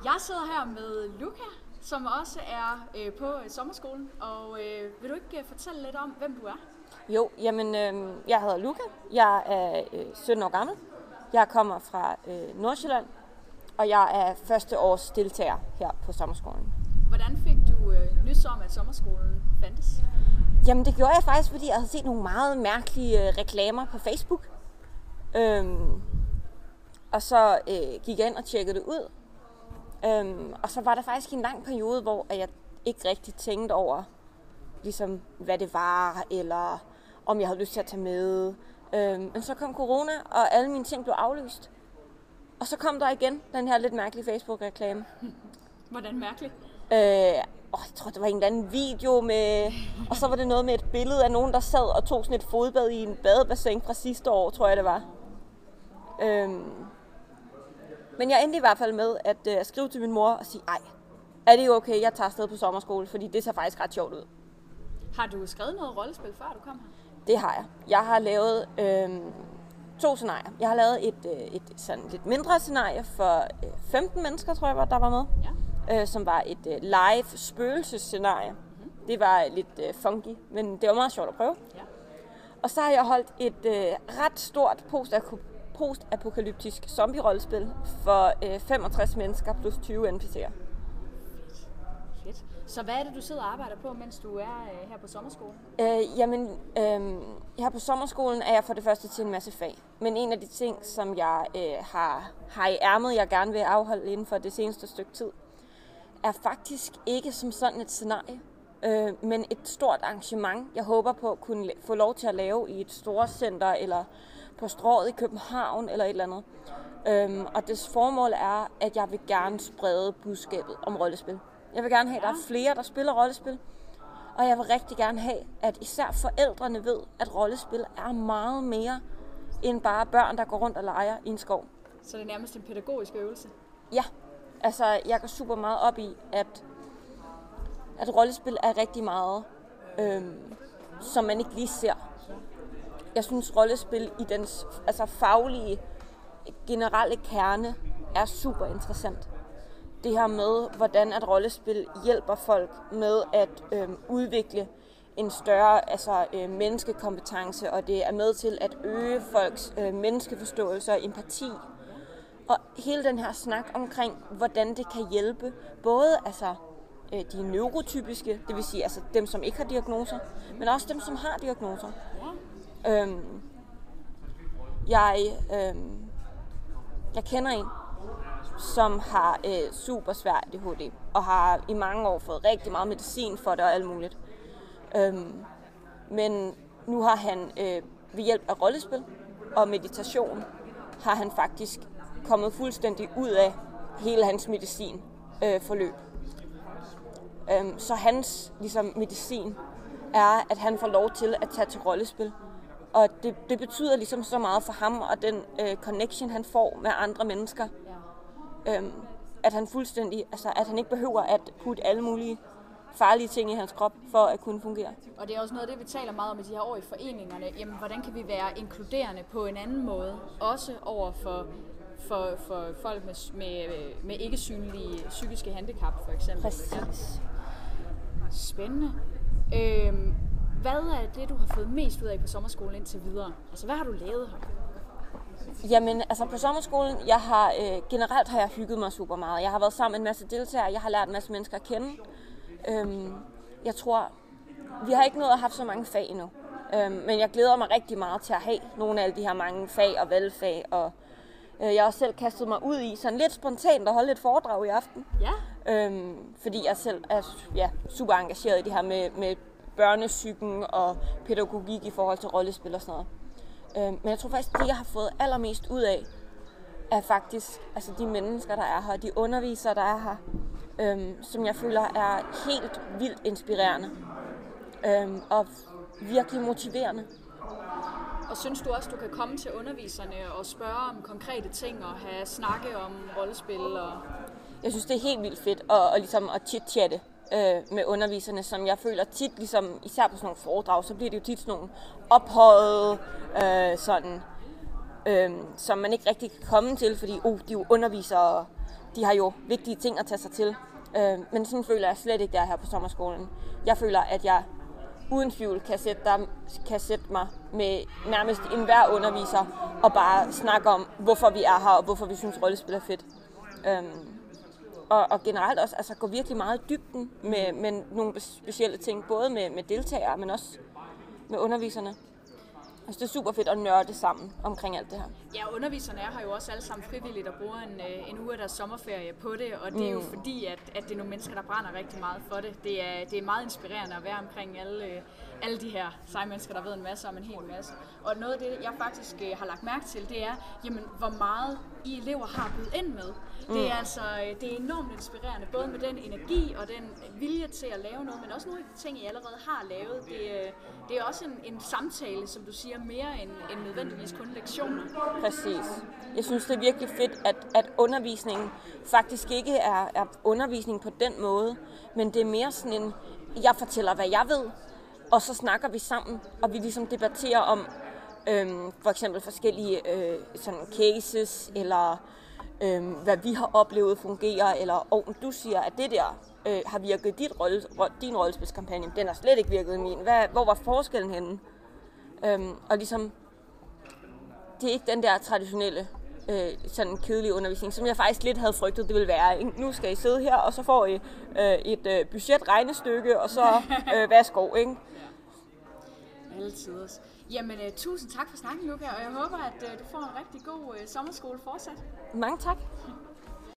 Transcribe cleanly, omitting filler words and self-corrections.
Jeg sidder her med Luca, som også er på sommerskolen, og vil du ikke fortælle lidt om, hvem du er? Jo, jamen, jeg hedder Luca. Jeg er 17 år gammel. Jeg kommer fra Nordsjælland, og jeg er første års deltager her på sommerskolen. Hvordan fik du nys om, at sommerskolen fandtes? Jamen, det gjorde jeg faktisk, fordi jeg havde set nogle meget mærkelige reklamer på Facebook. Og så gik jeg ind og tjekkede det ud. Og så var der faktisk en lang periode, hvor jeg ikke rigtig tænkte over, ligesom, hvad det var, eller om jeg havde lyst til at tage med. Men så kom corona, og alle mine ting blev aflyst. Og så kom der igen den her lidt mærkelige Facebook-reklame. Hvordan mærkeligt? Jeg tror, det var en eller anden video med... Og så var det noget med et billede af nogen, der sad og tog sådan et fodbad i en badebassin fra sidste år, tror jeg det var. Men jeg endte i hvert fald med at skrive til min mor og sige, ej, er det okay, jeg tager afsted på sommerskole, fordi det ser faktisk ret sjovt ud. Har du skrevet noget rollespil, før du kom her? Det har jeg. Jeg har lavet 2 scenarier. Jeg har lavet et sådan lidt mindre scenarie for 15 mennesker, tror jeg, der var med. Ja. Som var et live spøgelsesscenarie. Det var lidt funky, men det var meget sjovt at prøve. Ja. Og så har jeg holdt et ret stort postapokalyptisk zombie-rollespil for 65 mennesker plus 20 NPC'er. Fedt. Så hvad er det, du sidder og arbejder på, mens du er her på sommerskolen? Her på sommerskolen er jeg for det første til en masse fag. Men en af de ting, som jeg har i ærmet, jeg gerne vil afholde inden for det seneste stykke tid, er faktisk ikke som sådan et scenarie, men et stort arrangement, jeg håber på at kunne få lov til at lave i et stort center, eller på Strået i København, eller et eller andet. Og dets formål er, at jeg vil gerne sprede budskabet om rollespil. Jeg vil gerne have, at der er flere, der spiller rollespil. Og jeg vil rigtig gerne have, at især forældrene ved, at rollespil er meget mere end bare børn, der går rundt og leger i en skov. Så det er nærmest en pædagogisk øvelse? Ja, altså jeg går super meget op i, at rollespil er rigtig meget, som man ikke lige ser. Jeg synes, rollespil i dens faglige, generelle kerne er super interessant. Det her med, hvordan at rollespil hjælper folk med at udvikle en større menneskekompetence, og det er med til at øge folks menneskeforståelse og empati. Og hele den her snak omkring, hvordan det kan hjælpe både de neurotypiske, det vil sige dem, som ikke har diagnoser, men også dem, som har diagnoser. Jeg kender en, som har super svær ADHD, og har i mange år fået rigtig meget medicin for det og alt muligt. Men nu har han ved hjælp af rollespil og meditation, har han faktisk kommet fuldstændig ud af hele hans medicinforløb. Så hans medicin er, at han får lov til at tage til rollespil. Og det betyder ligesom så meget for ham, og den connection, han får med andre mennesker. At han fuldstændig, at han ikke behøver at putte alle mulige farlige ting i hans krop, for at kunne fungere. Og det er også noget af det, vi taler meget om i de her år i foreningerne. Jamen, hvordan kan vi være inkluderende på en anden måde? Også over for folk med ikke synlige psykiske handicap, for eksempel. Præcis. Spændende. Hvad er det, du har fået mest ud af på sommerskolen indtil videre? Altså, hvad har du lavet her? Jamen, på sommerskolen, generelt har jeg hygget mig super meget. Jeg har været sammen med en masse deltagere, jeg har lært en masse mennesker at kende. Jeg tror, vi har ikke nået at have så mange fag endnu. Men jeg glæder mig rigtig meget til at have nogle af alle de her mange fag og valgfag. Og jeg har også selv kastet mig ud i sådan lidt spontant at holde et foredrag i aften. Ja. Fordi jeg selv er super engageret i det her med børnepsyken og pædagogik i forhold til rollespil og sådan noget. Men jeg tror faktisk, det jeg har fået allermest ud af, er faktisk de mennesker, der er her, de undervisere, der er her, som jeg føler er helt vildt inspirerende og virkelig motiverende. Og synes du også, du kan komme til underviserne og spørge om konkrete ting og have snakke om rollespil? Jeg synes, det er helt vildt fedt at chit-chatte med underviserne, som jeg føler tit, især på sådan nogle foredrag, så bliver det jo tit sådan nogle ophøjede, som man ikke rigtig kan komme til, fordi de er jo undervisere, de har jo vigtige ting at tage sig til. Men sådan føler jeg slet ikke, det er her på sommerskolen. Jeg føler, at jeg uden tvivl kan sætte mig med nærmest enhver underviser og bare snakke om, hvorfor vi er her, og hvorfor vi synes, rollespil er fedt. Og generelt også altså, gå virkelig meget i dybden med nogle specielle ting, både med deltagere, men også med underviserne. Altså, det er super fedt at nørde sammen omkring alt det her. Ja, underviserne har jo også alle sammen frivilligt og bruger en uge af deres sommerferie på det, og det er jo fordi, at det er nogle mennesker, der brænder rigtig meget for det. Det er meget inspirerende at være omkring alle de her seje mennesker, der ved en masse om en hel masse. Og noget af det, jeg faktisk har lagt mærke til, det er, jamen, hvor meget I elever har bydet ind med. Det er altså det er enormt inspirerende, både med den energi og den vilje til at lave noget, men også nogle af de ting, I allerede har lavet. Det er også en samtale, som du siger, mere end nødvendigvis kun lektioner. Præcis. Jeg synes, det er virkelig fedt, at undervisningen faktisk ikke er undervisning på den måde, men det er mere sådan en, jeg fortæller, hvad jeg ved, og så snakker vi sammen, og vi ligesom debatterer om for eksempel forskellige sådan cases, eller hvad vi har oplevet fungerer, eller du siger, at det der har virket din rollespilskampagne, den har slet ikke virket i min. Hvor var forskellen henne? Og ligesom, det er ikke den der traditionelle, sådan kedelige undervisning, som jeg faktisk lidt havde frygtet, det ville være. Nu skal I sidde her, og så får I et budgetregnestykke, og så værsgo, ikke? Altid. Jamen, tusind tak for snakken, Luca, og jeg håber, at du får en rigtig god sommerskole fortsat. Mange tak.